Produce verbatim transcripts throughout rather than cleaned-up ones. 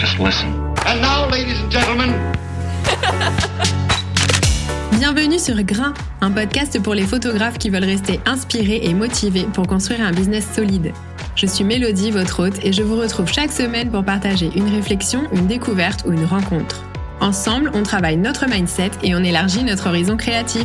Just listen. And now, ladies and gentlemen... Bienvenue sur Grain, un podcast pour les photographes qui veulent rester inspirés et motivés pour construire un business solide. Je suis Mélodie, votre hôte, et je vous retrouve chaque semaine pour partager une réflexion, une découverte ou une rencontre. Ensemble, on travaille notre mindset et on élargit notre horizon créatif.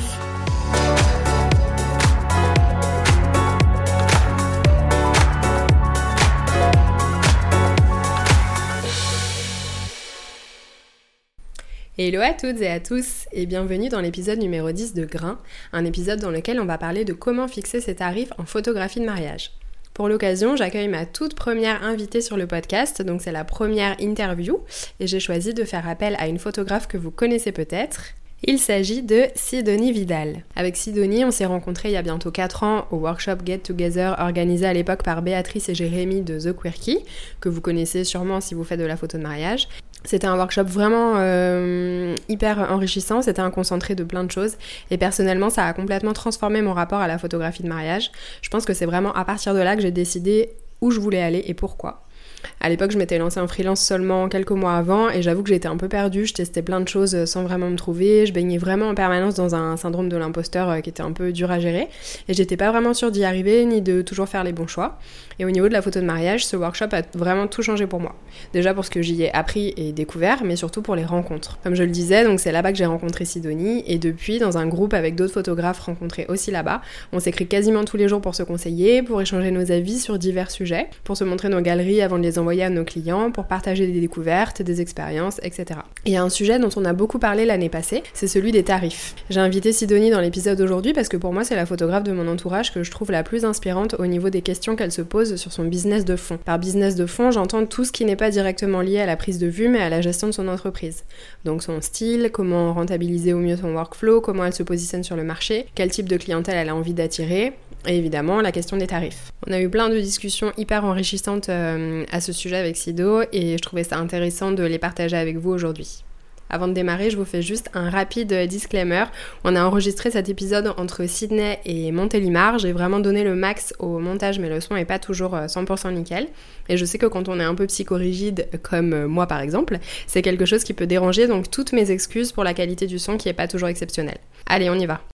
Hello à toutes et à tous et bienvenue dans l'épisode numéro dix de Grain, un épisode dans lequel on va parler de comment fixer ses tarifs en photographie de mariage. Pour l'occasion, j'accueille ma toute première invitée sur le podcast, donc c'est la première interview et j'ai choisi de faire appel à une photographe que vous connaissez peut-être. Il s'agit de Sidonie Vidal. Avec Sidonie, on s'est rencontrés il y a bientôt quatre ans au workshop Get Together organisé à l'époque par Béatrice et Jérémy de The Quirky, que vous connaissez sûrement si vous faites de la photo de mariage. C'était un workshop vraiment euh, hyper enrichissant, c'était un concentré de plein de choses et personnellement ça a complètement transformé mon rapport à la photographie de mariage. Je pense que c'est vraiment à partir de là que j'ai décidé où je voulais aller et pourquoi. À l'époque, je m'étais lancée en freelance seulement quelques mois avant et j'avoue que j'étais un peu perdue, je testais plein de choses sans vraiment me trouver, je baignais vraiment en permanence dans un syndrome de l'imposteur qui était un peu dur à gérer et j'étais pas vraiment sûre d'y arriver ni de toujours faire les bons choix. Et au niveau de la photo de mariage, ce workshop a vraiment tout changé pour moi. Déjà pour ce que j'y ai appris et découvert, mais surtout pour les rencontres. Comme je le disais, donc c'est là-bas que j'ai rencontré Sidonie et depuis, dans un groupe avec d'autres photographes rencontrés aussi là-bas, on s'écrit quasiment tous les jours pour se conseiller, pour échanger nos avis sur divers sujets, pour se montrer nos galeries avant de les envoyer à nos clients, pour partager des découvertes, des expériences, et cetera. Et il y a un sujet dont on a beaucoup parlé l'année passée, c'est celui des tarifs. J'ai invité Sidonie dans l'épisode d'aujourd'hui parce que pour moi c'est la photographe de mon entourage que je trouve la plus inspirante au niveau des questions qu'elle se pose sur son business de fond. Par business de fond, j'entends tout ce qui n'est pas directement lié à la prise de vue mais à la gestion de son entreprise. Donc son style, comment rentabiliser au mieux son workflow, comment elle se positionne sur le marché, quel type de clientèle elle a envie d'attirer, et évidemment la question des tarifs. On a eu plein de discussions hyper enrichissantes euh, à ce sujet avec Sido et je trouvais ça intéressant de les partager avec vous aujourd'hui. Avant de démarrer, je vous fais juste un rapide disclaimer. On a enregistré cet épisode entre Sydney et Montélimar. J'ai vraiment donné le max au montage, mais le son n'est pas toujours cent pour cent nickel. Et je sais que quand on est un peu psychorigide, comme moi par exemple, c'est quelque chose qui peut déranger, donc toutes mes excuses pour la qualité du son qui n'est pas toujours exceptionnelle. Allez, on y va.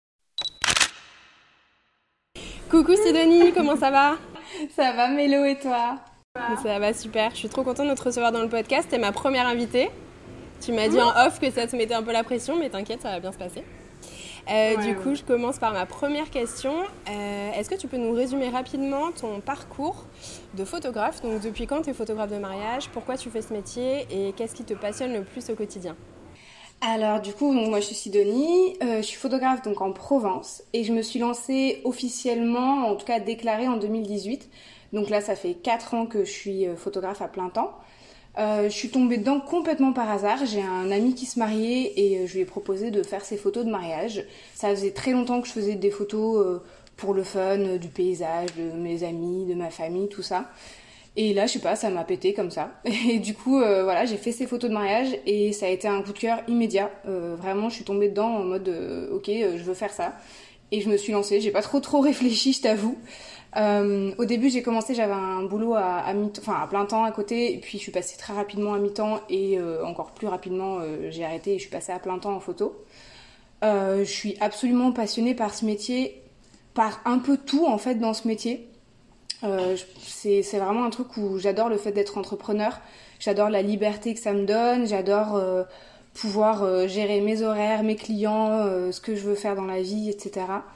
Coucou Sidonie, comment ça va ? Ça va Mélo et toi ? Ça va super, je suis trop contente de te recevoir dans le podcast, t'es ma première invitée. Tu m'as dit en off que ça te mettait un peu la pression, mais t'inquiète, ça va bien se passer. Euh, ouais, du coup, ouais. Je commence par ma première question. Euh, est-ce que tu peux nous résumer rapidement ton parcours de photographe ? Donc depuis quand tu es photographe de mariage ? Pourquoi tu fais ce métier ? Et qu'est-ce qui te passionne le plus au quotidien ? Alors du coup, donc, moi je suis Sidonie, euh, je suis photographe donc en Provence et je me suis lancée officiellement, en tout cas déclarée en deux mille dix-huit. Donc là, ça fait quatre ans que je suis photographe à plein temps. Euh, je suis tombée dedans complètement par hasard. J'ai un ami qui se mariait et je lui ai proposé de faire ses photos de mariage. Ça faisait très longtemps que je faisais des photos pour le fun, du paysage, de mes amis, de ma famille, tout ça. Et là, je sais pas, ça m'a pété comme ça. Et du coup, euh, voilà, j'ai fait ces photos de mariage et ça a été un coup de cœur immédiat. Euh, vraiment, je suis tombée dedans en mode, euh, ok, euh, je veux faire ça. Et je me suis lancée. J'ai pas trop trop réfléchi, je t'avoue. Euh, au début, j'ai commencé, j'avais un boulot à, à, mi- enfin, à plein temps à côté, et puis je suis passée très rapidement à mi-temps, et euh, encore plus rapidement, euh, j'ai arrêté et je suis passée à plein temps en photo. Euh, je suis absolument passionnée par ce métier, par un peu tout en fait dans ce métier. Euh, c'est, c'est vraiment un truc où j'adore le fait d'être entrepreneur, j'adore la liberté que ça me donne, j'adore euh, pouvoir euh, gérer mes horaires, mes clients, euh, ce que je veux faire dans la vie, et cetera.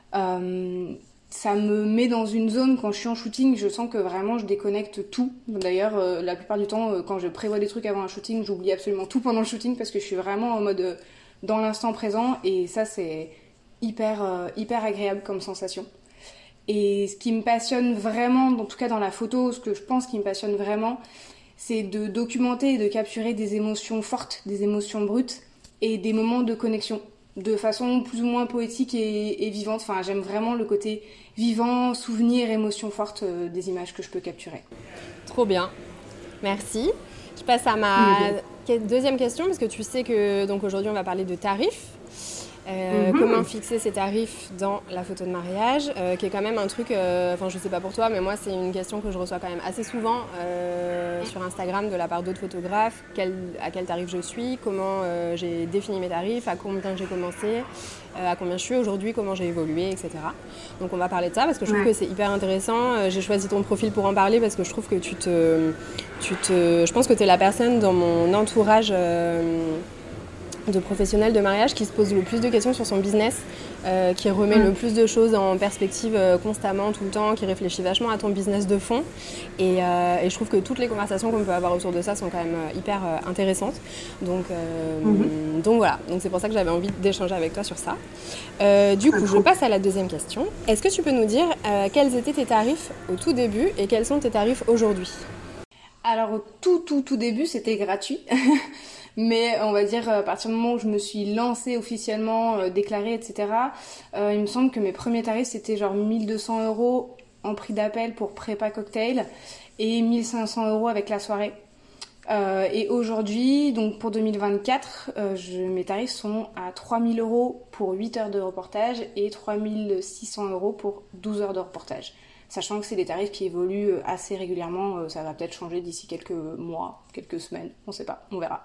Euh, Ça me met dans une zone, quand je suis en shooting, je sens que vraiment je déconnecte tout. D'ailleurs, euh, la plupart du temps, euh, quand je prévois des trucs avant un shooting, j'oublie absolument tout pendant le shooting parce que je suis vraiment en mode euh, dans l'instant présent et ça, c'est hyper, euh, hyper agréable comme sensation. Et ce qui me passionne vraiment, en tout cas dans la photo, ce que je pense qui me passionne vraiment, c'est de documenter et de capturer des émotions fortes, des émotions brutes et des moments de connexion. De façon plus ou moins poétique et, et vivante. Enfin, j'aime vraiment le côté vivant, souvenir, émotion forte euh, des images que je peux capturer. Trop bien, merci. Je passe à ma mmh. deuxième question parce que tu sais que donc aujourd'hui on va parler de tarifs. Euh, Mhm. Comment fixer ses tarifs dans la photo de mariage, euh, qui est quand même un truc, enfin euh, je sais pas pour toi, mais moi c'est une question que je reçois quand même assez souvent euh, sur Instagram de la part d'autres photographes, quel, à quel tarif je suis, comment euh, j'ai défini mes tarifs, à combien j'ai commencé, euh, à combien je suis aujourd'hui, comment j'ai évolué, et cetera. Donc on va parler de ça parce que je trouve ouais. que c'est hyper intéressant. Euh, j'ai choisi ton profil pour en parler parce que je trouve que tu te... Tu te je pense que tu es la personne dans mon entourage... Euh, de professionnels de mariage qui se pose le plus de questions sur son business, euh, qui remet mmh. le plus de choses en perspective euh, constamment, tout le temps, qui réfléchit vachement à ton business de fond. Et, euh, et je trouve que toutes les conversations qu'on peut avoir autour de ça sont quand même euh, hyper euh, intéressantes. Donc, euh, mmh. donc voilà, donc c'est pour ça que j'avais envie d'échanger avec toi sur ça. Euh, du coup, je passe à la deuxième question. Est-ce que tu peux nous dire euh, quels étaient tes tarifs au tout début et quels sont tes tarifs aujourd'hui ? Alors au tout tout tout début, c'était gratuit. Mais on va dire à partir du moment où je me suis lancée officiellement, euh, déclarée, et cetera, euh, il me semble que mes premiers tarifs c'était genre mille deux cents euros en prix d'appel pour prépa cocktail et mille cinq cents euros avec la soirée. Euh, et aujourd'hui, donc pour deux mille vingt-quatre, euh, je, mes tarifs sont à trois mille euros pour huit heures de reportage et trois mille six cents euros pour douze heures de reportage. Sachant que c'est des tarifs qui évoluent assez régulièrement, ça va peut-être changer d'ici quelques mois, quelques semaines, on sait pas, on verra.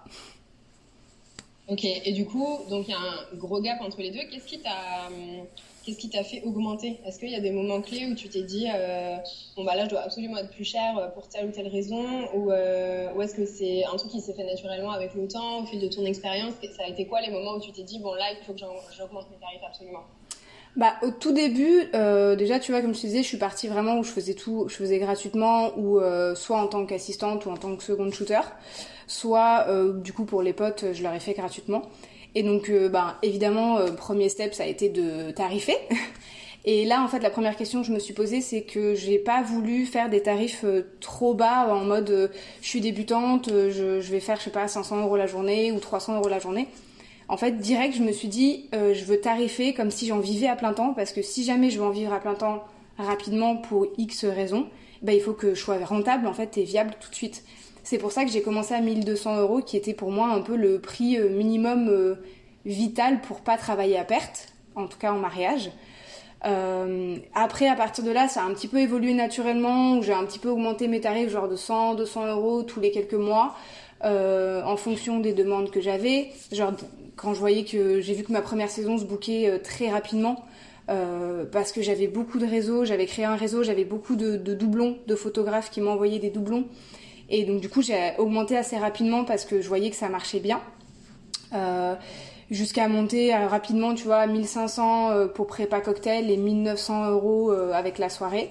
Ok, et du coup, donc il y a un gros gap entre les deux. Qu'est-ce qui t'a, qu'est-ce qui t'a fait augmenter ? Est-ce qu'il y a des moments clés où tu t'es dit, euh, bon bah là je dois absolument être plus cher pour telle ou telle raison, ou, euh, ou est-ce que c'est un truc qui s'est fait naturellement avec le temps, au fil de ton expérience ? Ça a été quoi les moments où tu t'es dit, bon là il faut que j'augmente mes tarifs absolument ? Bah au tout début, euh, déjà tu vois comme je te disais, je suis partie vraiment où je faisais tout, je faisais gratuitement ou euh, soit en tant qu'assistante ou en tant que second shooter, soit euh, du coup pour les potes je leur ai fait gratuitement. Et donc euh, bah évidemment euh, premier step ça a été de tarifer. Et là en fait la première question que je me suis posée c'est que j'ai pas voulu faire des tarifs euh, trop bas en mode euh, je suis débutante, euh, je, je vais faire je sais pas cinq cents euros la journée ou trois cents euros la journée. En fait, direct, je me suis dit, euh, je veux tarifer comme si j'en vivais à plein temps, parce que si jamais je veux en vivre à plein temps rapidement pour X raisons, bah, il faut que je sois rentable en fait et viable tout de suite. C'est pour ça que j'ai commencé à mille deux cents euros, qui était pour moi un peu le prix euh, minimum euh, vital pour pas travailler à perte, en tout cas en mariage. Euh, après, à partir de là, ça a un petit peu évolué naturellement, où j'ai un petit peu augmenté mes tarifs, genre de cent, deux cents euros tous les quelques mois, euh, en fonction des demandes que j'avais. Genre, quand je voyais que j'ai vu que ma première saison se bookait euh, très rapidement, euh, parce que j'avais beaucoup de réseaux, j'avais créé un réseau, j'avais beaucoup de, de doublons, de photographes qui m'envoyaient des doublons. Et donc, du coup, j'ai augmenté assez rapidement parce que je voyais que ça marchait bien. Euh, jusqu'à monter euh, rapidement, tu vois, à mille cinq cents euh, pour prépa cocktail et mille neuf cents euros euh, avec la soirée.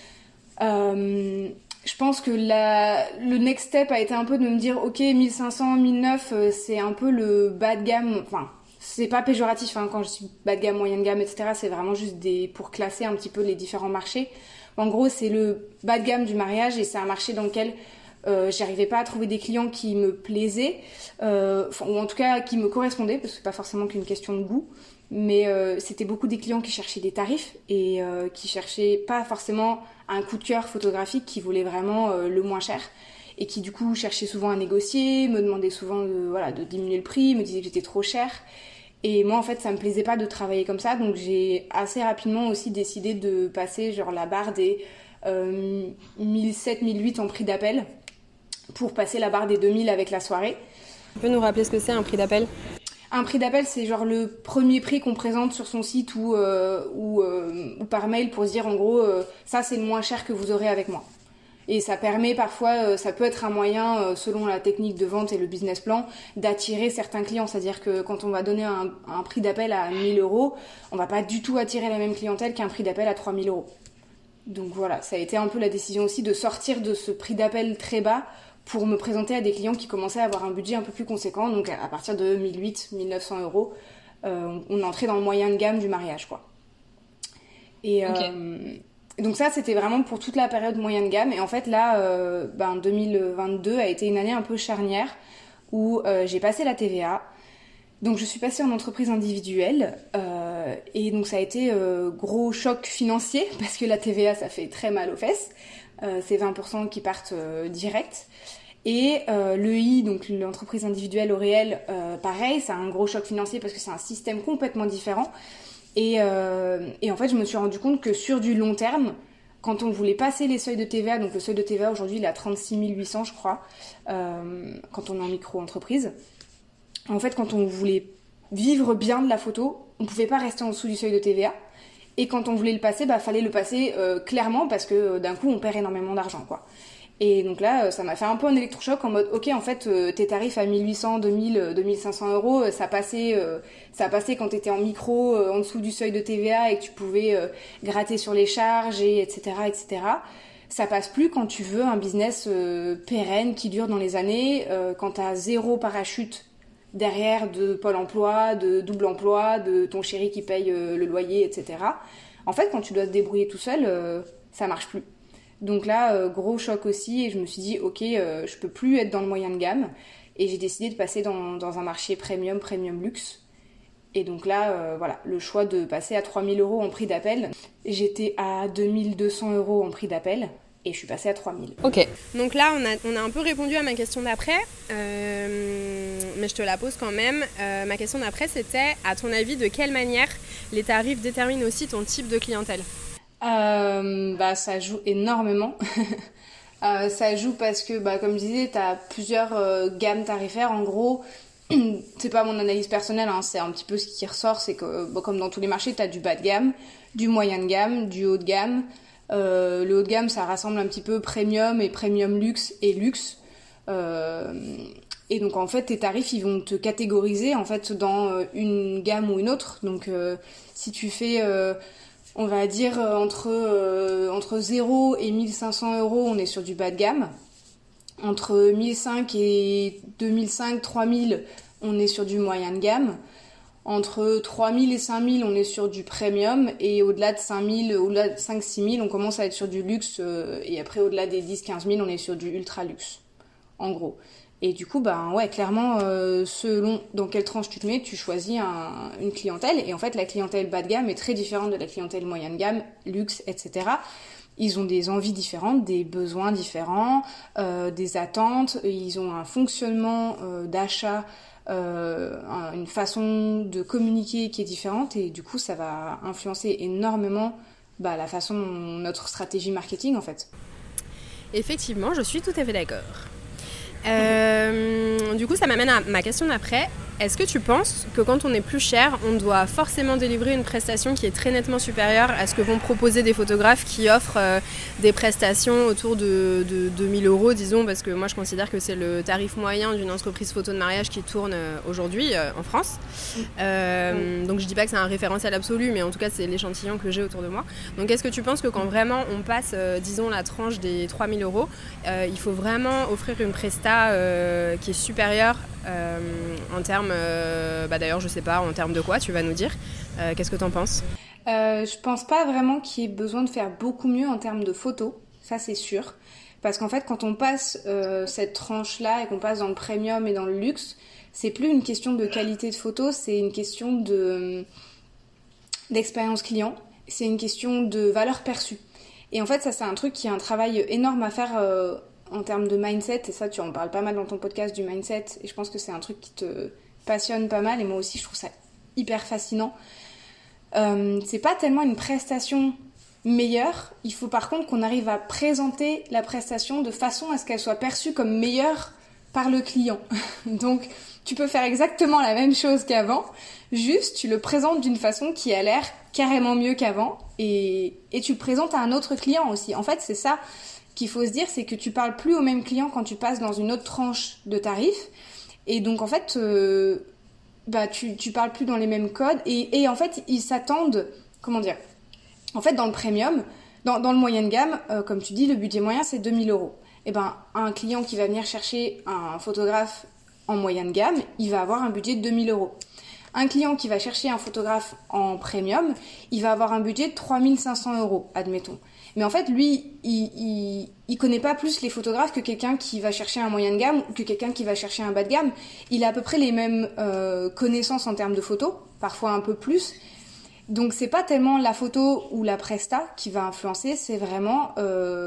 Euh, je pense que la, le next step a été un peu de me dire, ok, mille cinq cents, mille neuf cents, euh, c'est un peu le bas de gamme, enfin, c'est pas péjoratif, hein, quand je dis bas de gamme, moyenne gamme, et cetera, c'est vraiment juste des, pour classer un petit peu les différents marchés. En gros, c'est le bas de gamme du mariage et c'est un marché dans lequel Euh, j'arrivais pas à trouver des clients qui me plaisaient, euh, ou en tout cas qui me correspondaient, parce que c'est pas forcément qu'une question de goût, mais euh, c'était beaucoup des clients qui cherchaient des tarifs et euh, qui cherchaient pas forcément un coup de cœur photographique, qui voulaient vraiment euh, le moins cher et qui du coup cherchaient souvent à négocier, me demandaient souvent de, voilà, de diminuer le prix, me disaient que j'étais trop chère. Et moi en fait ça me plaisait pas de travailler comme ça, donc j'ai assez rapidement aussi décidé de passer genre la barre des euh, mille sept cents, mille huit cents en prix d'appel, pour passer la barre des deux mille avec la soirée. Tu peux nous rappeler ce que c'est un prix d'appel ? Un prix d'appel, c'est genre le premier prix qu'on présente sur son site ou, euh, ou, euh, ou par mail pour se dire en gros, euh, ça c'est le moins cher que vous aurez avec moi. Et ça permet parfois, euh, ça peut être un moyen, euh, selon la technique de vente et le business plan, d'attirer certains clients. C'est-à-dire que quand on va donner un, un prix d'appel à mille euros, on va pas du tout attirer la même clientèle qu'un prix d'appel à trois mille euros. Donc voilà, ça a été un peu la décision aussi de sortir de ce prix d'appel très bas pour me présenter à des clients qui commençaient à avoir un budget un peu plus conséquent. Donc à partir de mille huit cents, mille neuf cents euros, euh, on entrait dans le moyen de gamme du mariage, quoi. Et okay. euh, donc ça, c'était vraiment pour toute la période moyenne gamme. Et en fait, là, euh, ben, deux mille vingt-deux a été une année un peu charnière où euh, j'ai passé la T V A. Donc je suis passée en entreprise individuelle euh, et donc ça a été euh, gros choc financier parce que la T V A, ça fait très mal aux fesses. Euh, c'est vingt pour cent qui partent euh, direct. Et euh, l'E I, donc l'entreprise individuelle au réel, euh, pareil, c'est un gros choc financier parce que c'est un système complètement différent. Et, euh, et en fait, je me suis rendu compte que sur du long terme, quand on voulait passer les seuils de T V A, donc le seuil de T V A aujourd'hui il est à trente-six mille huit cents je crois, euh, quand on est en micro-entreprise, en fait quand on voulait vivre bien de la photo, on pouvait pas rester en dessous du seuil de T V A. Et quand on voulait le passer, bah fallait le passer euh, clairement parce que euh, d'un coup on perd énormément d'argent, quoi. Et donc là, ça m'a fait un peu un électrochoc en mode, ok, en fait, euh, tes tarifs à mille huit cents, deux mille, deux mille cinq cents euros, euh, ça passait, euh, ça passait quand t'étais en micro, euh, en dessous du seuil de T V A et que tu pouvais euh, gratter sur les charges, et etc., et cetera. Ça passe plus quand tu veux un business euh, pérenne qui dure dans les années, euh, quand t'as zéro parachute derrière de Pôle emploi, de double emploi, de ton chéri qui paye euh, le loyer, et cetera. En fait, quand tu dois te débrouiller tout seul, euh, ça marche plus. Donc là, euh, gros choc aussi, et je me suis dit, ok, euh, je peux plus être dans le moyen de gamme, et j'ai décidé de passer dans, dans un marché premium, premium luxe. Et donc là, euh, voilà, le choix de passer à trois mille euros en prix d'appel. J'étais à deux mille deux cents euros en prix d'appel, et je suis passée à trois mille. Ok, donc là, on a, on a un peu répondu à ma question d'après, euh, mais je te la pose quand même. Euh, ma question d'après, c'était, à ton avis, de quelle manière les tarifs déterminent aussi ton type de clientèle ? Euh, bah, ça joue énormément. euh, ça joue parce que, bah, comme je disais, tu as plusieurs euh, gammes tarifaires. En gros, c'est pas mon analyse personnelle, hein, c'est un petit peu ce qui ressort. C'est que, bah, comme dans tous les marchés, tu as du bas de gamme, du moyen de gamme, du haut de gamme. Euh, le haut de gamme, ça rassemble un petit peu premium et premium luxe et luxe. Euh, et donc, en fait, tes tarifs, ils vont te catégoriser en fait dans une gamme ou une autre. Donc, euh, si tu fais... Euh, on va dire euh, entre, euh, entre zéro et mille cinq cents euros, on est sur du bas de gamme. Entre mille cinq et deux mille cinq, trois mille, on est sur du moyen de gamme. Entre trois mille et cinq mille, on est sur du premium. Et au-delà de cinq mille, au-delà de cinq six mille, on commence à être sur du luxe. Euh, et après, au-delà des dix quinze mille, on est sur du ultra luxe, en gros. Et du coup, ben ouais, clairement, euh, selon dans quelle tranche tu te mets, tu choisis un, une clientèle. Et en fait, la clientèle bas de gamme est très différente de la clientèle moyenne de gamme, luxe, et cetera. Ils ont des envies différentes, des besoins différents, euh, des attentes. Ils ont un fonctionnement euh, d'achat, euh, une façon de communiquer qui est différente. Et du coup, ça va influencer énormément bah, la façon, notre stratégie marketing, en fait. Effectivement, je suis tout à fait d'accord. Euh, du coup, ça m'amène à ma question d'après. Est-ce que tu penses que quand on est plus cher, on doit forcément délivrer une prestation qui est très nettement supérieure à ce que vont proposer des photographes qui offrent euh, des prestations autour de, de deux mille euros, disons, parce que moi je considère que c'est le tarif moyen d'une entreprise photo de mariage qui tourne euh, aujourd'hui euh, en France. Euh, donc je dis pas que c'est un référentiel absolu, mais en tout cas c'est l'échantillon que j'ai autour de moi. Donc est-ce que tu penses que quand vraiment on passe, euh, disons, la tranche des trois mille euros, euh, il faut vraiment offrir une presta euh, qui est supérieure euh, en termes Euh, bah d'ailleurs je sais pas en termes de quoi, tu vas nous dire. Euh, qu'est-ce que t'en penses? euh, Je pense pas vraiment qu'il y ait besoin de faire beaucoup mieux en termes de photos, ça c'est sûr, parce qu'en fait quand on passe euh, cette tranche là et qu'on passe dans le premium et dans le luxe, c'est plus une question de qualité de photo, c'est une question de d'expérience client, c'est une question de valeur perçue. Et en fait ça c'est un truc qui est un travail énorme à faire euh, en termes de mindset, et ça tu en parles pas mal dans ton podcast du mindset, et je pense que c'est un truc qui te passionne pas mal, et moi aussi je trouve ça hyper fascinant. Euh, c'est pas tellement une prestation meilleure, il faut par contre qu'on arrive à présenter la prestation de façon à ce qu'elle soit perçue comme meilleure par le client. Donc tu peux faire exactement la même chose qu'avant, juste tu le présentes d'une façon qui a l'air carrément mieux qu'avant, et, et tu le présentes à un autre client aussi. En fait c'est ça qu'il faut se dire, c'est que tu parles plus au même client quand tu passes dans une autre tranche de tarifs. Et donc en fait, euh, bah tu tu parles plus dans les mêmes codes, et et en fait ils s'attendent, comment dire, en fait dans le premium, dans dans le moyen de gamme, euh, comme tu dis, le budget moyen c'est deux mille euros. Et ben un client qui va venir chercher un photographe en moyen de gamme, il va avoir un budget de deux mille euros. Un client qui va chercher un photographe en premium, il va avoir un budget de trois mille cinq cents euros, admettons. Mais en fait, lui, il, il, il connaît pas plus les photographes que quelqu'un qui va chercher un moyen de gamme ou que quelqu'un qui va chercher un bas de gamme. Il a à peu près les mêmes euh, connaissances en termes de photos, parfois un peu plus. Donc c'est pas tellement la photo ou la presta qui va influencer, c'est vraiment euh,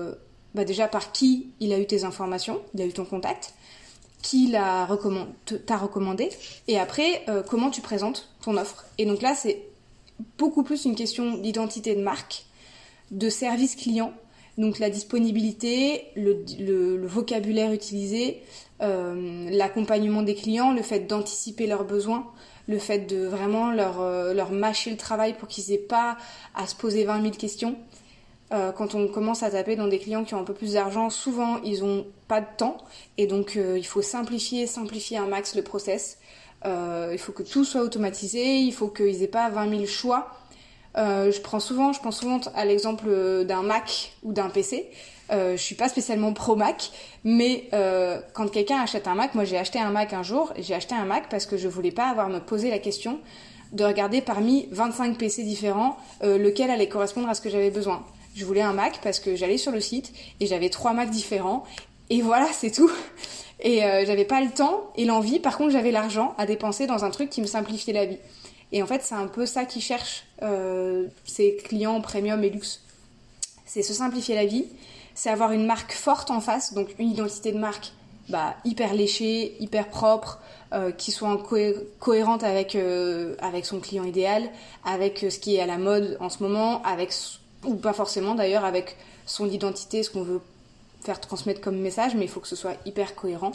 bah déjà par qui il a eu tes informations, il a eu ton contact, qui l'a recommandé, t'a recommandé, et après, euh, comment tu présentes ton offre. Et donc là, c'est beaucoup plus une question d'identité de marque, de service client, donc la disponibilité, le, le, le vocabulaire utilisé, euh, l'accompagnement des clients, le fait d'anticiper leurs besoins, le fait de vraiment leur, euh, leur mâcher le travail pour qu'ils aient pas à se poser vingt mille questions. Euh, quand on commence à taper dans des clients qui ont un peu plus d'argent, souvent ils ont pas de temps et donc euh, il faut simplifier, simplifier un max le process. Euh, il faut que tout soit automatisé, il faut qu'ils aient pas vingt mille choix. Euh, je prends souvent, je pense souvent à l'exemple d'un Mac ou d'un P C. Euh, je suis pas spécialement pro Mac, mais euh, quand quelqu'un achète un Mac, moi j'ai acheté un Mac un jour, j'ai acheté un Mac parce que je voulais pas avoir à me poser la question de regarder parmi vingt-cinq P C différents euh, lequel allait correspondre à ce que j'avais besoin. Je voulais un Mac parce que j'allais sur le site et j'avais trois Macs différents. Et voilà, c'est tout. Et euh, j'avais pas le temps et l'envie. Par contre, j'avais l'argent à dépenser dans un truc qui me simplifiait la vie. Et en fait, c'est un peu ça qu'ils cherchent, euh, ces clients premium et luxe. C'est se simplifier la vie. C'est avoir une marque forte en face. Donc, une identité de marque bah, hyper léchée, hyper propre, euh, qui soit en cohé- cohérente avec, euh, avec son client idéal, avec ce qui est à la mode en ce moment, avec... ou pas forcément d'ailleurs, avec son identité, ce qu'on veut faire transmettre comme message, mais il faut que ce soit hyper cohérent.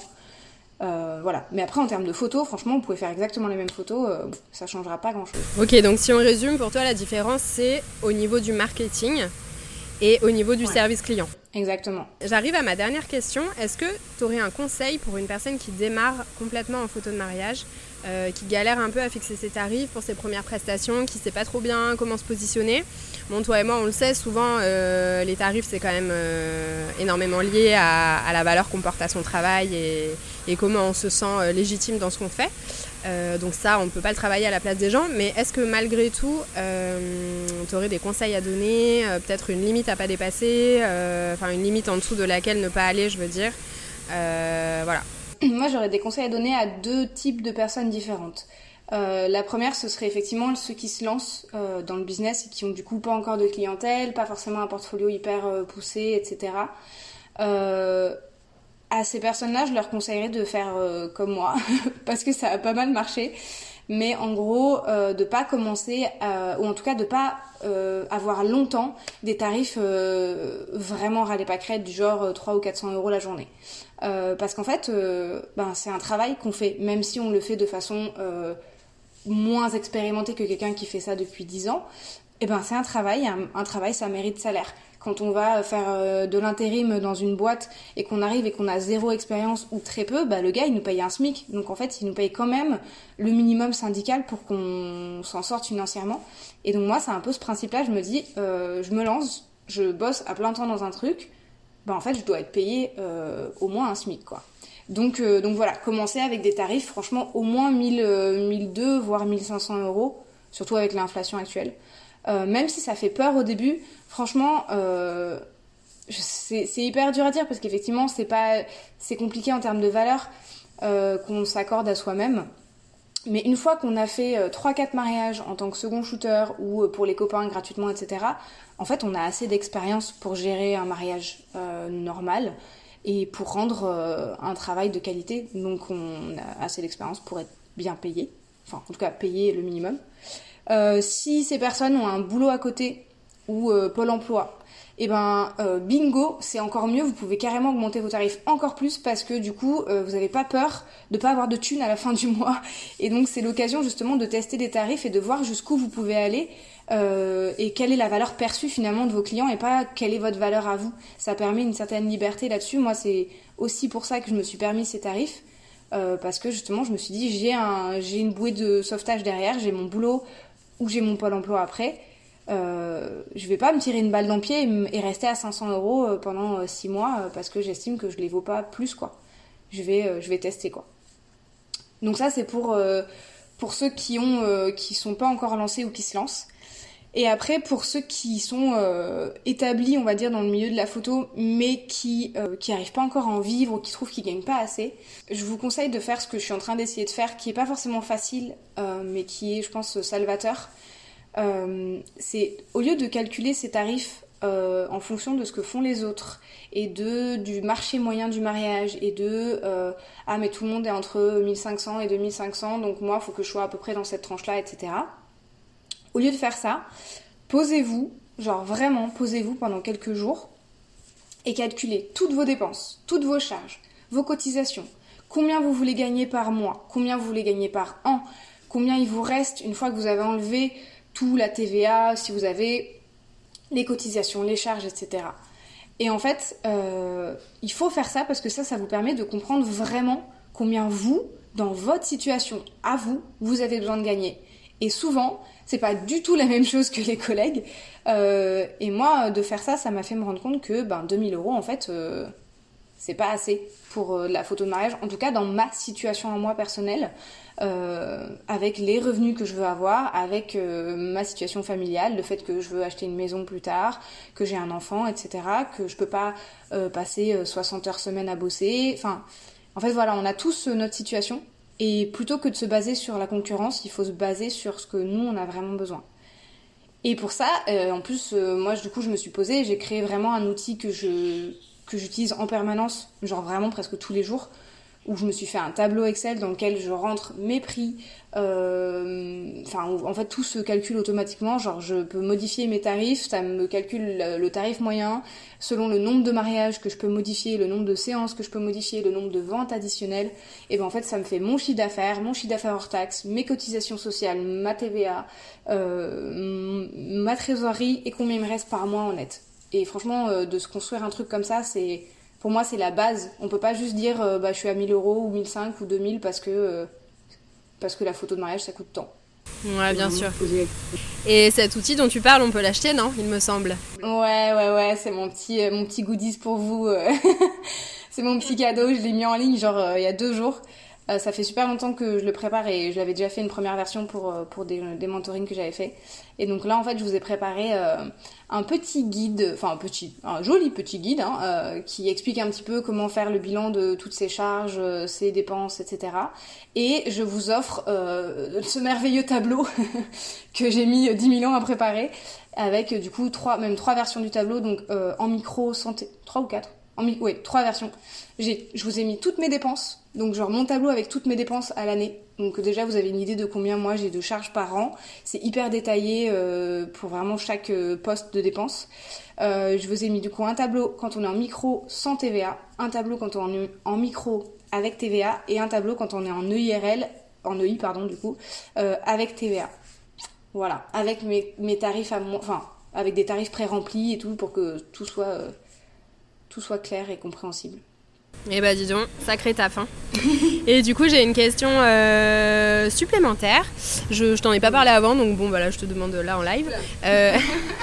Euh, voilà. Mais après, en termes de photos, franchement, vous pouvez faire exactement les mêmes photos, euh, ça changera pas grand-chose. Ok, donc si on résume, pour toi, la différence, c'est au niveau du marketing et au niveau du ouais. service client. Exactement. J'arrive à ma dernière question. Est-ce que tu aurais un conseil pour une personne qui démarre complètement en photo de mariage, euh, qui galère un peu à fixer ses tarifs pour ses premières prestations, qui ne sait pas trop bien comment se positionner? Bon, toi et moi, on le sait, souvent, euh, les tarifs, c'est quand même euh, énormément lié à, à la valeur qu'on porte à son travail et, et comment on se sent euh, légitime dans ce qu'on fait. Euh, donc ça, on ne peut pas le travailler à la place des gens. Mais est-ce que malgré tout, euh, tu aurais des conseils à donner, euh, peut-être une limite à ne pas dépasser, euh, enfin une limite en dessous de laquelle ne pas aller, je veux dire. Euh, voilà. Moi, j'aurais des conseils à donner à deux types de personnes différentes. Euh, la première, ce serait effectivement ceux qui se lancent euh, dans le business et qui ont du coup pas encore de clientèle, pas forcément un portfolio hyper euh, poussé, et cetera. Euh, à ces personnes-là, je leur conseillerais de faire euh, comme moi, parce que ça a pas mal marché. Mais en gros, euh, de pas commencer, à, ou en tout cas de pas euh, avoir longtemps des tarifs euh, vraiment ras les pâquerettes, du genre euh, trois ou quatre cents euros la journée. Euh, parce qu'en fait, euh, ben, c'est un travail qu'on fait, même si on le fait de façon euh, moins expérimentée que quelqu'un qui fait ça depuis dix ans. Et ben, c'est un travail, un, un travail, ça mérite salaire. Quand on va faire euh, de l'intérim dans une boîte et qu'on arrive et qu'on a zéro expérience ou très peu, bah, le gars, il nous paye un SMIC. Donc en fait, il nous paye quand même le minimum syndical pour qu'on s'en sorte financièrement. Et donc moi, c'est un peu ce principe-là. Je me dis, euh, je me lance, je bosse à plein temps dans un truc, bah en fait, je dois être payée euh, au moins un SMIC, quoi. Donc, euh, donc voilà, commencer avec des tarifs, franchement, au moins mille, euh, mille deux, voire mille cinq cents euros, surtout avec l'inflation actuelle. Euh, même si ça fait peur au début, franchement, euh, c'est, c'est hyper dur à dire parce qu'effectivement, c'est pas, c'est compliqué en termes de valeur euh, qu'on s'accorde à soi-même. Mais une fois qu'on a fait euh, trois quatre mariages en tant que second shooter ou euh, pour les copains gratuitement, et cetera, en fait, on a assez d'expérience pour gérer un mariage euh, normal et pour rendre euh, un travail de qualité. Donc, on a assez d'expérience pour être bien payé, enfin, en tout cas, payer le minimum. Euh, si ces personnes ont un boulot à côté ou euh, Pôle emploi, et ben euh, bingo, c'est encore mieux, vous pouvez carrément augmenter vos tarifs encore plus parce que du coup euh, vous n'avez pas peur de pas avoir de thunes à la fin du mois et donc c'est l'occasion justement de tester des tarifs et de voir jusqu'où vous pouvez aller euh, et quelle est la valeur perçue finalement de vos clients et pas quelle est votre valeur à vous. Ça permet une certaine liberté là-dessus. Moi, c'est aussi pour ça que je me suis permis ces tarifs. Euh, parce que justement je me suis dit j'ai, un, j'ai une bouée de sauvetage derrière, j'ai mon boulot ou j'ai mon Pôle emploi après, euh, je vais pas me tirer une balle dans le pied et, et rester à cinq cents euros pendant six mois parce que j'estime que je les vaux pas plus, quoi. Je vais, euh, je vais tester, quoi. Donc ça c'est pour, euh, pour ceux qui ont, euh, qui sont pas encore lancés ou qui se lancent. Et après, pour ceux qui sont euh, établis, on va dire, dans le milieu de la photo, mais qui euh, qui arrivent pas encore à en vivre ou qui trouvent qu'ils gagnent pas assez, je vous conseille de faire ce que je suis en train d'essayer de faire, qui est pas forcément facile, euh, mais qui est, je pense, salvateur. Euh, c'est, au lieu de calculer ses tarifs euh, en fonction de ce que font les autres et de du marché moyen du mariage et de euh, ah mais tout le monde est entre mille cinq cents et deux mille cinq cents, donc moi il faut que je sois à peu près dans cette tranche là, et cetera. Au lieu de faire ça, posez-vous, genre vraiment posez-vous pendant quelques jours et calculez toutes vos dépenses, toutes vos charges, vos cotisations, combien vous voulez gagner par mois, combien vous voulez gagner par an, combien il vous reste une fois que vous avez enlevé tout, la T V A, si vous avez les cotisations, les charges, et cetera. Et en fait, euh, il faut faire ça parce que ça, ça vous permet de comprendre vraiment combien vous, dans votre situation, à vous, vous avez besoin de gagner. Et souvent, c'est pas du tout la même chose que les collègues. Euh, et moi, de faire ça, ça m'a fait me rendre compte que ben, deux mille euros, en fait, euh, c'est pas assez pour euh, la photo de mariage. En tout cas, dans ma situation à moi personnelle, euh, avec les revenus que je veux avoir, avec euh, ma situation familiale, le fait que je veux acheter une maison plus tard, que j'ai un enfant, et cetera, que je peux pas euh, passer euh, soixante heures semaine à bosser. Enfin, en fait, voilà, on a tous euh, notre situation. Et plutôt que de se baser sur la concurrence, il faut se baser sur ce que nous, on a vraiment besoin. Et pour ça, euh, en plus, euh, moi, du coup, je me suis posée, j'ai créé vraiment un outil que je que j'utilise en permanence, genre vraiment presque tous les jours, où je me suis fait un tableau Excel dans lequel je rentre mes prix, euh, enfin, en fait, tout se calcule automatiquement, genre je peux modifier mes tarifs, ça me calcule le tarif moyen, selon le nombre de mariages que je peux modifier, le nombre de séances que je peux modifier, le nombre de ventes additionnelles, et ben en fait, ça me fait mon chiffre d'affaires, mon chiffre d'affaires hors taxe, mes cotisations sociales, ma T V A, euh, ma trésorerie, et combien il me reste par mois en net. Et franchement, euh, de se construire un truc comme ça, c'est, pour moi, c'est la base. On peut pas juste dire, euh, bah, je suis à mille euros ou mille cinq ou deux mille parce que, euh, parce que la photo de mariage, ça coûte tant. Ouais, bien sûr. Et cet outil dont tu parles, on peut l'acheter, non ? Il me semble. Ouais, ouais, ouais, c'est mon petit, euh, mon petit goodies pour vous. euh. C'est mon petit cadeau, je l'ai mis en ligne, genre, euh, il y a deux jours. Euh, ça fait super longtemps que je le prépare et je l'avais déjà fait une première version pour, pour des, des mentorings que j'avais fait. Et donc là, en fait, je vous ai préparé euh, un petit guide, enfin un petit, un joli petit guide, hein, euh, qui explique un petit peu comment faire le bilan de toutes ces charges, euh, ces dépenses, et cetera. Et je vous offre euh, ce merveilleux tableau que j'ai mis dix mille ans à préparer, avec du coup trois, même trois versions du tableau, donc euh, en micro, santé, trois ou quatre En mi- oui, trois versions. J'ai, je vous ai mis toutes mes dépenses, donc genre mon tableau avec toutes mes dépenses à l'année. Donc déjà vous avez une idée de combien moi j'ai de charges par an. C'est hyper détaillé euh, pour vraiment chaque euh, poste de dépenses. Euh, je vous ai mis du coup un tableau quand on est en micro sans T V A, un tableau quand on est en micro avec T V A et un tableau quand on est en E I R L, en E I pardon du coup, euh, avec T V A. Voilà, avec mes, mes tarifs à moi, enfin avec des tarifs pré-remplis et tout pour que tout soit euh, tout soit clair et compréhensible. Eh bah dis donc, sacré taf hein. Et du coup j'ai une question euh, supplémentaire. Je, je t'en ai pas parlé avant, donc bon voilà, je te demande là en live. Euh...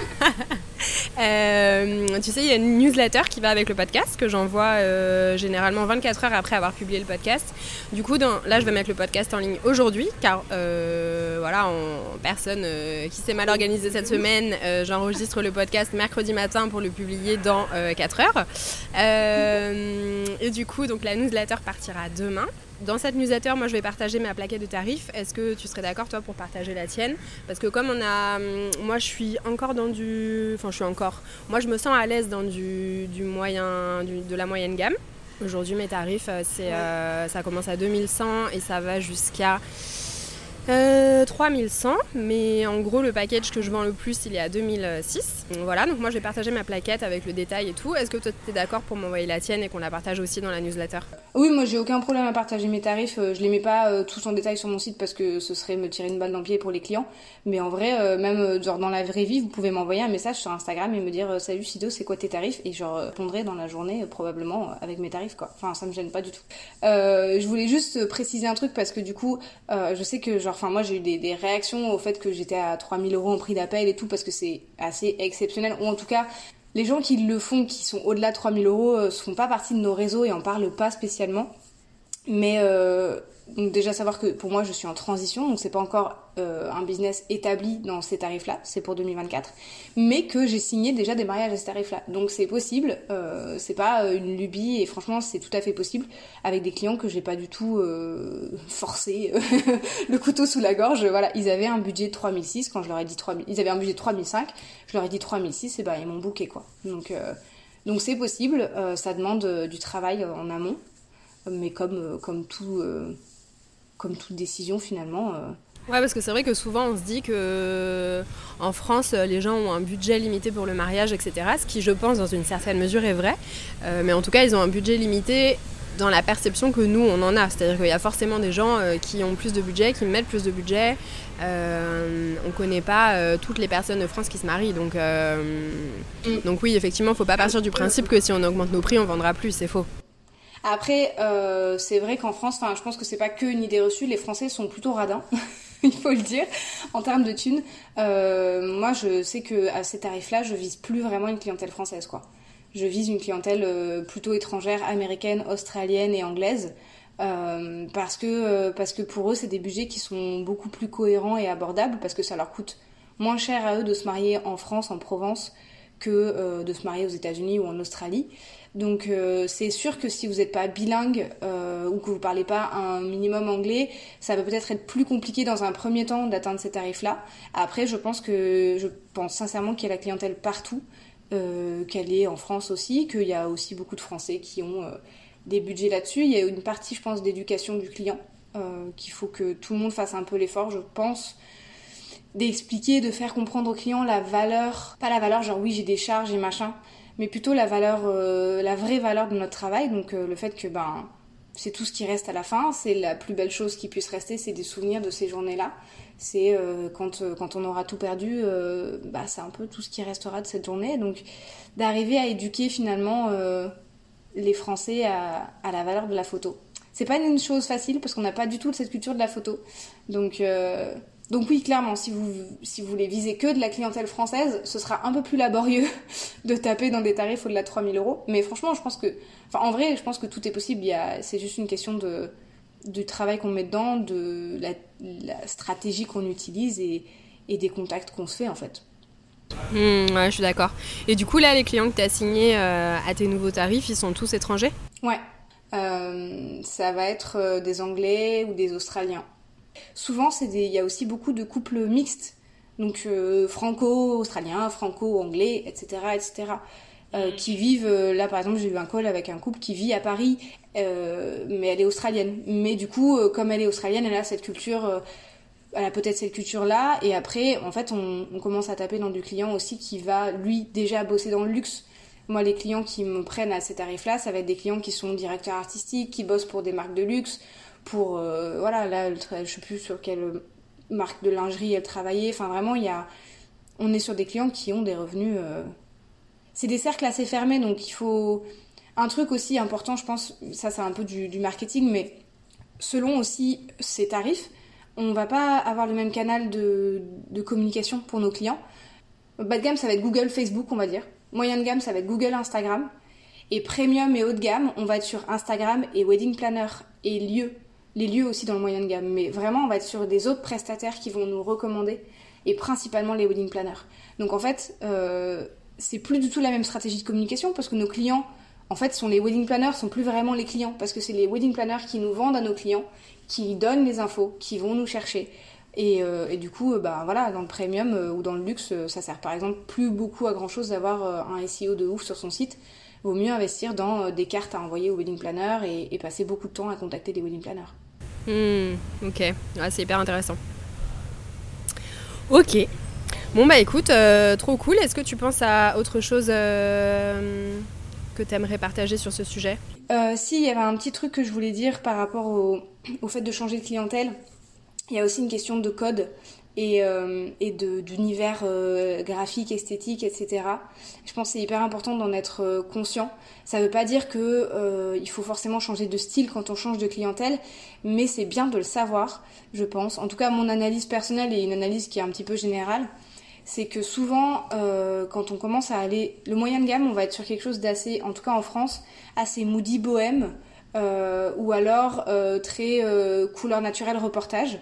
euh, tu sais, il y a une newsletter qui va avec le podcast que j'envoie euh, généralement vingt-quatre heures après avoir publié le podcast. Du coup, dans, là je vais mettre le podcast en ligne aujourd'hui, car euh, voilà, en personne euh, qui s'est mal organisée cette semaine, euh, j'enregistre le podcast mercredi matin pour le publier dans euh, quatre heures. Euh, et du coup, donc la newsletter partira demain. Dans cette newsletter, moi je vais partager ma plaquette de tarifs. Est-ce que tu serais d'accord toi pour partager la tienne ? Parce que comme on a, moi je suis encore dans du, enfin je suis encore, moi je me sens à l'aise dans du, du moyen, du, de la moyenne gamme. Aujourd'hui mes tarifs, c'est, euh, ça commence à deux mille cent et ça va jusqu'à Euh, trois mille cent, mais en gros le package que je vends le plus il est à deux mille six. Voilà, donc moi je vais partager ma plaquette avec le détail et tout. Est-ce que toi tu es d'accord pour m'envoyer la tienne et qu'on la partage aussi dans la newsletter ? Oui, moi j'ai aucun problème à partager mes tarifs, je les mets pas euh, tous en détail sur mon site parce que ce serait me tirer une balle dans le pied pour les clients, mais en vrai, euh, même euh, genre dans la vraie vie, vous pouvez m'envoyer un message sur Instagram et me dire euh, salut Sido, c'est quoi tes tarifs ? Et je répondrai dans la journée euh, probablement avec mes tarifs quoi. Enfin ça me gêne pas du tout. Euh, je voulais juste préciser un truc parce que du coup, euh, je sais que genre, enfin moi j'ai eu des, des réactions au fait que j'étais à trois mille euros en prix d'appel et tout parce que c'est assez exceptionnel, ou en tout cas les gens qui le font, qui sont au-delà de trois mille euros, euh, ne font pas partie de nos réseaux et en parlent pas spécialement. Mais euh, donc déjà savoir que pour moi je suis en transition, donc c'est pas encore euh, un business établi dans ces tarifs-là, c'est pour deux mille vingt-quatre, mais que j'ai signé déjà des mariages à ces tarifs-là. Donc c'est possible, euh, c'est pas une lubie et franchement c'est tout à fait possible avec des clients que j'ai pas du tout euh, forcé le couteau sous la gorge. Voilà, ils avaient un budget de trois mille six quand je leur ai dit trois mille, ils avaient un budget de trois mille cinq, je leur ai dit trois mille six et ben ils m'ont booké quoi. Donc euh, donc c'est possible, euh, ça demande euh, du travail en amont. Mais comme, euh, comme, tout, euh, comme toute décision finalement. Euh... Ouais, parce que c'est vrai que souvent on se dit que en France les gens ont un budget limité pour le mariage, et cetera. Ce qui, je pense, dans une certaine mesure est vrai. Euh, mais en tout cas, ils ont un budget limité dans la perception que nous on en a. C'est-à-dire qu'il y a forcément des gens euh, qui ont plus de budget, qui mettent plus de budget. Euh, on connaît pas euh, toutes les personnes de France qui se marient. Donc, euh, mm. donc oui, effectivement, il ne faut pas partir du principe que si on augmente nos prix, on vendra plus. C'est faux. Après, euh, c'est vrai qu'en France, enfin, je pense que c'est pas que une idée reçue, les Français sont plutôt radins, il faut le dire, en termes de thunes. Euh, moi, je sais que à ces tarifs-là, je vise plus vraiment une clientèle française, quoi. Je vise une clientèle euh, plutôt étrangère, américaine, australienne et anglaise, euh, parce que euh, parce que pour eux, c'est des budgets qui sont beaucoup plus cohérents et abordables, parce que ça leur coûte moins cher à eux de se marier en France, en Provence, que euh, de se marier aux États-Unis ou en Australie. Donc euh, c'est sûr que si vous n'êtes pas bilingue euh, ou que vous parlez pas un minimum anglais, ça va peut-être être plus compliqué dans un premier temps d'atteindre ces tarifs-là. Après, je pense que je pense sincèrement qu'il y a la clientèle partout, euh, qu'elle est en France aussi, qu'il y a aussi beaucoup de Français qui ont euh, des budgets là-dessus. Il y a une partie, je pense, d'éducation du client, euh, qu'il faut que tout le monde fasse un peu l'effort, je pense, d'expliquer, de faire comprendre au client la valeur, pas la valeur genre oui j'ai des charges et machin, mais plutôt la valeur, euh, la vraie valeur de notre travail, donc euh, le fait que ben c'est tout ce qui reste à la fin, c'est la plus belle chose qui puisse rester, c'est des souvenirs de ces journées-là, c'est euh, quand, euh, quand on aura tout perdu, euh, bah, c'est un peu tout ce qui restera de cette journée, donc d'arriver à éduquer finalement euh, les Français à, à la valeur de la photo. C'est pas une chose facile parce qu'on n'a pas du tout cette culture de la photo, donc... Euh, Donc oui, clairement, si vous, si vous voulez viser que de la clientèle française, ce sera un peu plus laborieux de taper dans des tarifs au-delà de trois mille euros. Mais franchement, je pense que... Enfin, en vrai, je pense que tout est possible. Il y a, c'est juste une question de, du travail qu'on met dedans, de la, la stratégie qu'on utilise et, et des contacts qu'on se fait, en fait. Mmh, ouais, je suis d'accord. Et du coup, là, les clients que tu as signés euh, à tes nouveaux tarifs, ils sont tous étrangers ? Ouais. Euh, ça va être euh, des Anglais ou des Australiens. Souvent, c'est des... il y a aussi beaucoup de couples mixtes, donc euh, franco-australiens, franco-anglais, et cetera, et cetera, euh, qui vivent... Euh, là, par exemple, j'ai eu un call avec un couple qui vit à Paris, euh, mais elle est australienne. Mais du coup, euh, comme elle est australienne, elle a cette culture... Euh, elle a peut-être cette culture-là, et après, en fait, on, on commence à taper dans du client aussi qui va, lui, déjà bosser dans le luxe. Moi, les clients qui me prennent à ces tarifs-là, ça va être des clients qui sont directeurs artistiques, qui bossent pour des marques de luxe, pour, euh, voilà, là, je sais plus sur quelle marque de lingerie elle travaillait, enfin vraiment, il y a, on est sur des clients qui ont des revenus, euh... c'est des cercles assez fermés, donc il faut, un truc aussi important, je pense, ça c'est un peu du, du marketing, mais selon aussi ces tarifs, on va pas avoir le même canal de, de communication pour nos clients. Bas de gamme, ça va être Google, Facebook, on va dire. Moyen de gamme, ça va être Google, Instagram. Et premium et haut de gamme, on va être sur Instagram et Wedding Planner et lieux. Les lieux aussi dans le moyen de gamme. Mais vraiment, on va être sur des autres prestataires qui vont nous recommander. Et principalement les Wedding Planners. Donc en fait, euh, c'est plus du tout la même stratégie de communication parce que nos clients, en fait, sont les Wedding Planners, sont plus vraiment les clients. Parce que c'est les Wedding Planners qui nous vendent à nos clients, qui donnent les infos, qui vont nous chercher. Et, euh, et du coup, euh, bah, voilà, dans le premium euh, ou dans le luxe, euh, ça sert par exemple plus beaucoup à grand chose d'avoir euh, un S E O de ouf sur son site. Vaut mieux investir dans euh, des cartes à envoyer au wedding planner et, et passer beaucoup de temps à contacter des wedding planners. Mmh, ok, ouais, c'est hyper intéressant. Ok, bon bah écoute, euh, trop cool. Est-ce que tu penses à autre chose euh, que tu aimerais partager sur ce sujet ? euh, Si, il y avait un petit truc que je voulais dire par rapport au, au fait de changer de clientèle. Il y a aussi une question de code et, euh, et de, d'univers euh, graphique, esthétique, et cetera. Je pense que c'est hyper important d'en être euh, conscient. Ça ne veut pas dire qu'il euh, faut forcément changer de style quand on change de clientèle, mais c'est bien de le savoir, je pense. En tout cas, mon analyse personnelle et une analyse qui est un petit peu générale, c'est que souvent, euh, quand on commence à aller... Le moyen de gamme, on va être sur quelque chose d'assez, en tout cas en France, assez moody bohème, euh, ou alors euh, très euh, couleur naturelle reportage,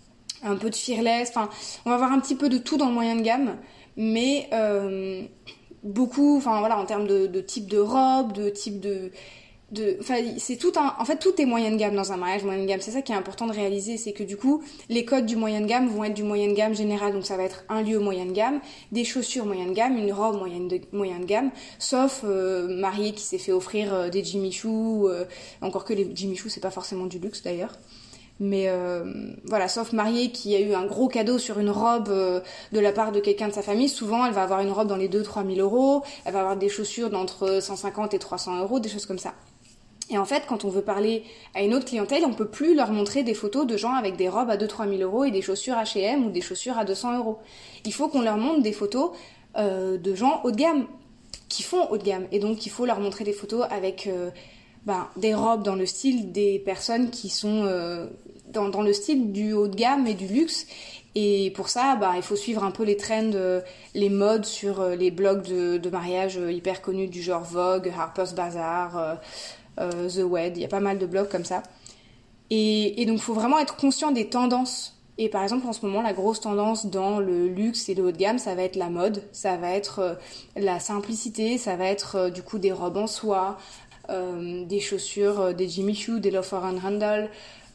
un peu de fearless, enfin on va avoir un petit peu de tout dans le moyen de gamme, mais euh, beaucoup, enfin voilà, en termes de, de type de robe, de type de... De, enfin, c'est tout un, en fait, tout est moyen de gamme dans un mariage moyen de gamme. C'est ça qui est important de réaliser, c'est que du coup, les codes du moyen de gamme vont être du moyen de gamme général. Donc ça va être un lieu moyen de gamme, des chaussures moyen de gamme, une robe moyen de, moyen de gamme, sauf euh, marié qui s'est fait offrir euh, des Jimmy Choo, euh, encore que les Jimmy Choo c'est pas forcément du luxe d'ailleurs. Mais euh, voilà, sauf mariée qui a eu un gros cadeau sur une robe euh, de la part de quelqu'un de sa famille, souvent elle va avoir une robe dans les deux à trois mille euros, elle va avoir des chaussures d'entre cent cinquante et trois cents euros, des choses comme ça. Et en fait, quand on veut parler à une autre clientèle, on peut plus leur montrer des photos de gens avec des robes à deux à trois mille euros et des chaussures H et M ou des chaussures à deux cents euros. Il faut qu'on leur montre des photos euh, de gens haut de gamme, qui font haut de gamme. Et donc, il faut leur montrer des photos avec euh, ben, des robes dans le style des personnes qui sont euh, dans, dans le style du haut de gamme et du luxe. Et pour ça, bah, il faut suivre un peu les trends, euh, les modes sur euh, les blogs de, de mariage euh, hyper connus du genre Vogue, Harper's Bazaar, euh, euh, The Wed, il y a pas mal de blogs comme ça. Et, et donc il faut vraiment être conscient des tendances. Et par exemple en ce moment, la grosse tendance dans le luxe et le haut de gamme, ça va être la mode, ça va être euh, la simplicité, ça va être euh, du coup des robes en soie, euh, des chaussures, euh, des Jimmy Choo, des Love for Handle,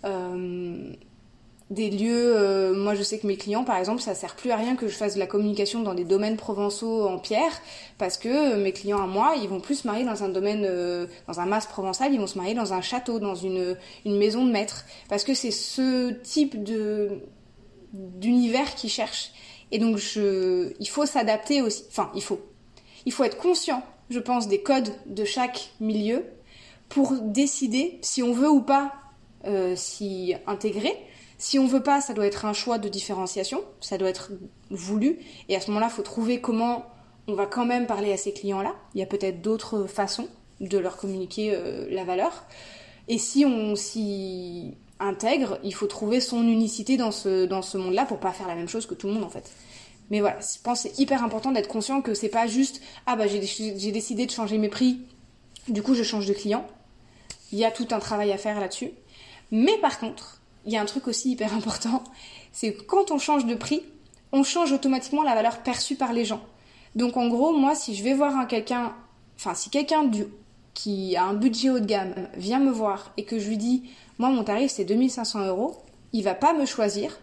euh, des lieux, euh, moi je sais que mes clients par exemple ça sert plus à rien que je fasse de la communication dans des domaines provençaux en pierre, parce que mes clients à moi ils vont plus se marier dans un domaine, euh, dans un mas provençal, ils vont se marier dans un château, dans une, une maison de maître, parce que c'est ce type de, d'univers qu'ils cherchent. Et donc je, il faut s'adapter aussi, enfin il faut, il faut être conscient je pense des codes de chaque milieu pour décider si on veut ou pas euh, s'y intégrer. Si on veut pas, ça doit être un choix de différenciation, ça doit être voulu, et à ce moment-là, il faut trouver comment on va quand même parler à ces clients-là. Il y a peut-être d'autres façons de leur communiquer euh, la valeur. Et si on s'y intègre, il faut trouver son unicité dans ce, dans ce monde-là pour pas faire la même chose que tout le monde, en fait. Mais voilà, je pense que c'est hyper important d'être conscient que c'est pas juste « Ah bah j'ai, j'ai décidé de changer mes prix, du coup je change de client ». Il y a tout un travail à faire là-dessus. Mais par contre, il y a un truc aussi hyper important, c'est que quand on change de prix, on change automatiquement la valeur perçue par les gens. Donc en gros, moi, si je vais voir un quelqu'un, enfin si quelqu'un du, qui a un budget haut de gamme vient me voir et que je lui dis, moi mon tarif c'est deux mille cinq cents euros, il va pas me choisir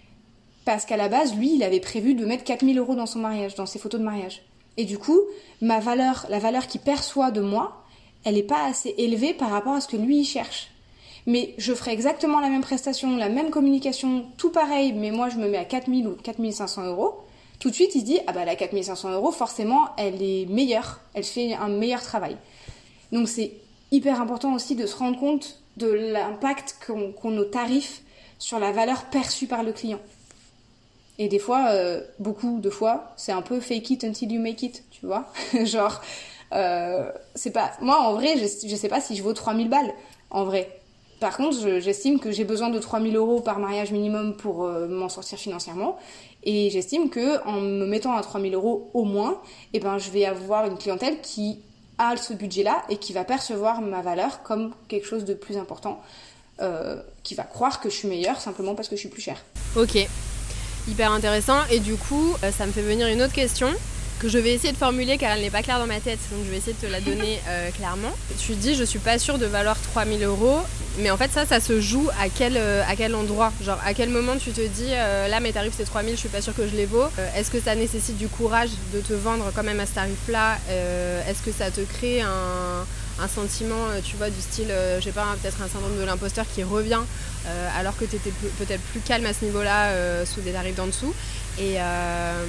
parce qu'à la base, lui, il avait prévu de mettre quatre mille euros dans son mariage, dans ses photos de mariage. Et du coup, ma valeur, la valeur qu'il perçoit de moi, elle est pas assez élevée par rapport à ce que lui il cherche. Mais je ferai exactement la même prestation, la même communication, tout pareil, mais moi je me mets à quatre mille ou quatre mille cinq cents euros, tout de suite il se dit, ah bah la quatre mille cinq cents euros, forcément elle est meilleure, elle fait un meilleur travail. Donc c'est hyper important aussi de se rendre compte de l'impact qu'ont, qu'ont nos tarifs sur la valeur perçue par le client. Et des fois, euh, beaucoup de fois, c'est un peu fake it until you make it, tu vois. Genre, euh, c'est pas... Moi en vrai, je, je sais pas si je vaux trois mille balles, en vrai. Par contre, je, j'estime que j'ai besoin de trois mille euros par mariage minimum pour euh, m'en sortir financièrement. Et j'estime qu'en me mettant à trois mille euros au moins, eh ben, je vais avoir une clientèle qui a ce budget-là et qui va percevoir ma valeur comme quelque chose de plus important, euh, qui va croire que je suis meilleure simplement parce que je suis plus chère. Ok, hyper intéressant. Et du coup, ça me fait venir une autre question que je vais essayer de formuler car elle n'est pas claire dans ma tête, donc je vais essayer de te la donner euh, clairement. Tu dis je suis pas sûre de valoir trois mille euros, mais en fait ça, ça se joue à quel, euh, à quel endroit? Genre à quel moment tu te dis euh, là mes tarifs c'est trois mille, je suis pas sûre que je les vaux. Euh, est-ce que ça nécessite du courage de te vendre quand même à ce tarif là? euh, Est-ce que ça te crée un, un sentiment, tu vois, du style, euh, je sais pas, peut-être un syndrome de l'imposteur qui revient euh, alors que tu étais pe- peut-être plus calme à ce niveau-là euh, sous des tarifs d'en dessous? Et... Euh,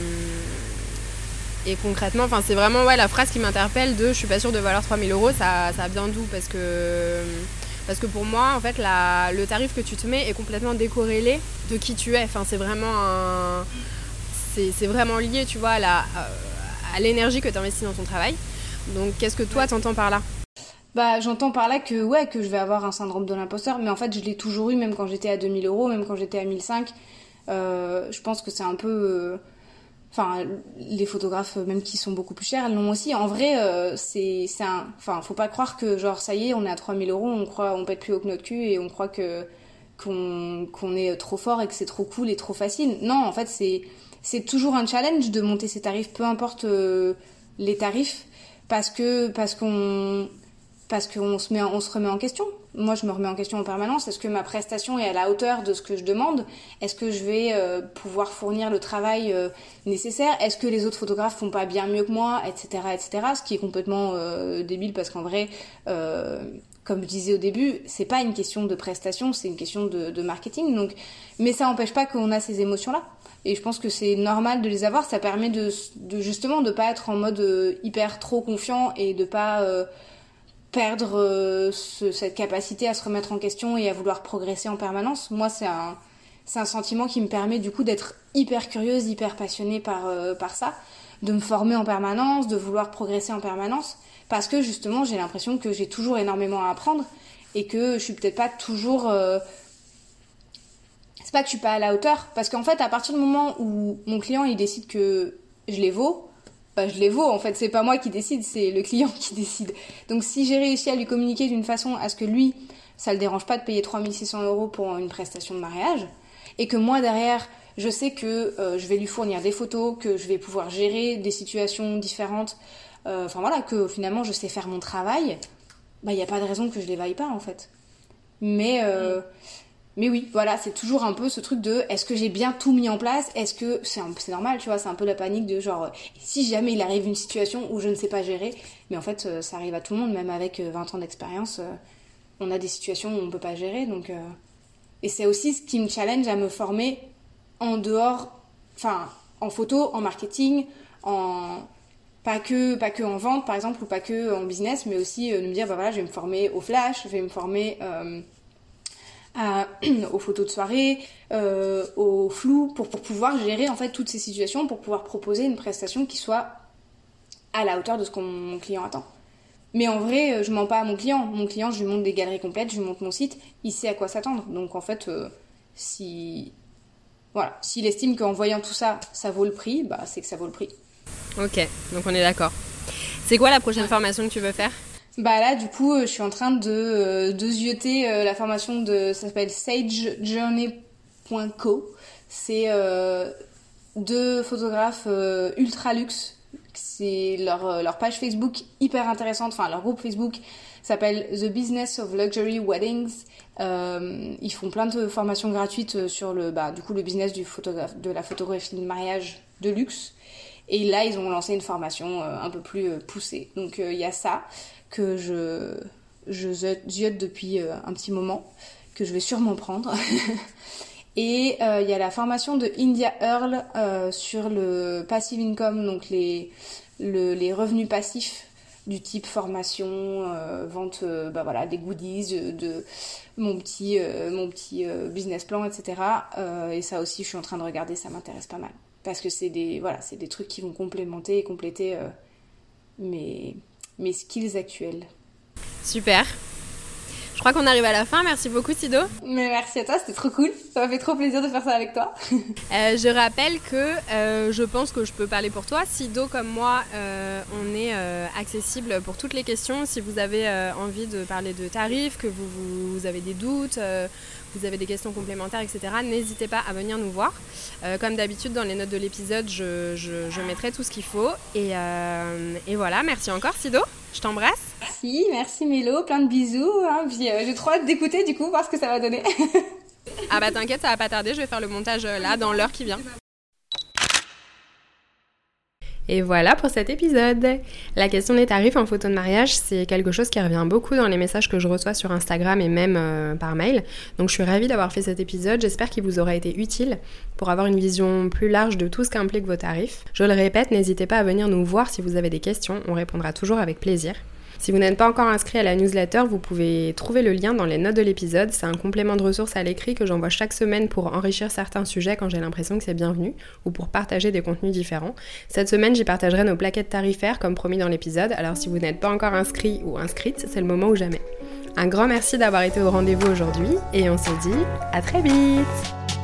Et concrètement, enfin, c'est vraiment ouais, la phrase qui m'interpelle de « je suis pas sûre de valoir trois mille euros », ça, ça vient d'où? Parce que, parce que pour moi, en fait, la, le tarif que tu te mets est complètement décorrélé de qui tu es. Enfin, c'est vraiment, un, c'est, c'est vraiment lié, tu vois, à, la, à l'énergie que tu investis dans ton travail. Donc, qu'est-ce que toi, t'entends par là? Bah, j'entends par là que, ouais, que je vais avoir un syndrome de l'imposteur, mais en fait, je l'ai toujours eu, même quand j'étais à deux mille euros, même quand j'étais à mille cinq. Euh, je pense que c'est un peu... Euh... Enfin, les photographes, même qui sont beaucoup plus chers, l'ont aussi. En vrai, euh, c'est, c'est un... Enfin, faut pas croire que, genre, ça y est, on est à trois mille euros, on croit, on pète plus haut que notre cul et on croit que, qu'on, qu'on est trop fort et que c'est trop cool et trop facile. Non, en fait, c'est, c'est toujours un challenge de monter ses tarifs, peu importe euh, les tarifs, parce que, parce qu'on, parce qu'on se met, on se remet en question. Moi, je me remets en question en permanence. Est-ce que ma prestation est à la hauteur de ce que je demande ? Est-ce que je vais euh, pouvoir fournir le travail euh, nécessaire ? Est-ce que les autres photographes font pas bien mieux que moi, et cetera, et cetera. Ce qui est complètement euh, débile parce qu'en vrai, euh, comme je disais au début, c'est pas une question de prestation, c'est une question de, de marketing. Donc, mais ça n'empêche pas qu'on a ces émotions-là. Et je pense que c'est normal de les avoir. Ça permet de, de justement de pas être en mode euh, hyper trop confiant et de pas euh, perdre euh, ce, cette capacité à se remettre en question et à vouloir progresser en permanence. Moi, c'est un, c'est un sentiment qui me permet du coup d'être hyper curieuse, hyper passionnée par, euh, par ça, de me former en permanence, de vouloir progresser en permanence, parce que justement, j'ai l'impression que j'ai toujours énormément à apprendre et que je suis peut-être pas toujours... Euh... C'est pas que je suis pas à la hauteur, parce qu'en fait, à partir du moment où mon client, il décide que je les vaux, bah, je les vaux, en fait, c'est pas moi qui décide, c'est le client qui décide. Donc si j'ai réussi à lui communiquer d'une façon à ce que lui, ça le dérange pas de payer trois mille six cents euros pour une prestation de mariage, et que moi, derrière, je sais que euh, je vais lui fournir des photos, que je vais pouvoir gérer des situations différentes, euh, enfin voilà, que finalement, je sais faire mon travail, bah, y a pas de raison que je les vaille pas, en fait. Mais... Euh, mmh. Mais oui, voilà, c'est toujours un peu ce truc de est-ce que j'ai bien tout mis en place ? Est-ce que c'est, un, c'est normal, tu vois, c'est un peu la panique de genre si jamais il arrive une situation où je ne sais pas gérer, mais en fait ça arrive à tout le monde, même avec vingt ans d'expérience, on a des situations où on ne peut pas gérer, donc euh... et c'est aussi ce qui me challenge à me former en dehors, enfin en photo, en marketing, en pas que pas que en vente par exemple ou pas que en business, mais aussi euh, de me dire bah voilà, je vais me former au flash, je vais me former euh, À, aux photos de soirée, euh, au flou, pour, pour pouvoir gérer en fait toutes ces situations, pour pouvoir proposer une prestation qui soit à la hauteur de ce que mon client attend. Mais en vrai, je mens pas à mon client. Mon client, je lui montre des galeries complètes, je lui montre mon site, il sait à quoi s'attendre. Donc en fait, euh, si voilà, s'il estime qu'en voyant tout ça, ça vaut le prix, bah c'est que ça vaut le prix. Ok, donc on est d'accord. C'est quoi la prochaine formation que tu veux faire ? Bah là, du coup, je suis en train de, euh, de zioter euh, la formation de, ça s'appelle sage journey point co. C'est euh, deux photographes euh, ultra luxe. C'est leur, leur page Facebook hyper intéressante, enfin leur groupe Facebook s'appelle The Business of Luxury Weddings. Euh, ils font plein de formations gratuites sur le, bah, du coup, le business du photographe, de la photographie de mariage de luxe. Et là, ils ont lancé une formation euh, un peu plus euh, poussée. Donc il euh, y a ça que je, je ziote depuis euh, un petit moment, que je vais sûrement prendre. Et il euh, y a la formation de India Earle euh, sur le passive income, donc les, le, les revenus passifs du type formation, euh, vente euh, bah voilà, des goodies, de, de mon petit, euh, mon petit euh, business plan, et cetera. Euh, et ça aussi, je suis en train de regarder, ça m'intéresse pas mal. Parce que c'est des, voilà, c'est des trucs qui vont complémenter et compléter euh, mes... mes skills actuels. Super. Je crois qu'on arrive à la fin. Merci beaucoup, Sido. Mais merci à toi, c'était trop cool. Ça m'a fait trop plaisir de faire ça avec toi. euh, je rappelle que euh, je pense que je peux parler pour toi. Sido, comme moi, euh, on est euh, accessible pour toutes les questions. Si vous avez euh, envie de parler de tarifs, que vous, vous, vous avez des doutes, euh, vous avez des questions complémentaires, et cetera, n'hésitez pas à venir nous voir. Euh, comme d'habitude, dans les notes de l'épisode, je, je, je mettrai tout ce qu'il faut. Et, euh, et voilà, merci encore, Sido. Je t'embrasse. Merci, merci Mélo, plein de bisous. Hein, puis euh, j'ai trop hâte d'écouter du coup, voir ce que ça va donner. Ah bah t'inquiète, ça va pas tarder, je vais faire le montage euh, là, dans l'heure qui vient. Et voilà pour cet épisode. La question des tarifs en photo de mariage, c'est quelque chose qui revient beaucoup dans les messages que je reçois sur Instagram et même euh, par mail. Donc je suis ravie d'avoir fait cet épisode, j'espère qu'il vous aura été utile pour avoir une vision plus large de tout ce qu'impliquent vos tarifs. Je le répète, n'hésitez pas à venir nous voir si vous avez des questions, on répondra toujours avec plaisir. Si vous n'êtes pas encore inscrit à la newsletter, vous pouvez trouver le lien dans les notes de l'épisode. C'est un complément de ressources à l'écrit que j'envoie chaque semaine pour enrichir certains sujets quand j'ai l'impression que c'est bienvenu ou pour partager des contenus différents. Cette semaine, j'y partagerai nos plaquettes tarifaires comme promis dans l'épisode. Alors si vous n'êtes pas encore inscrit ou inscrite, c'est le moment ou jamais. Un grand merci d'avoir été au rendez-vous aujourd'hui et on se dit à très vite!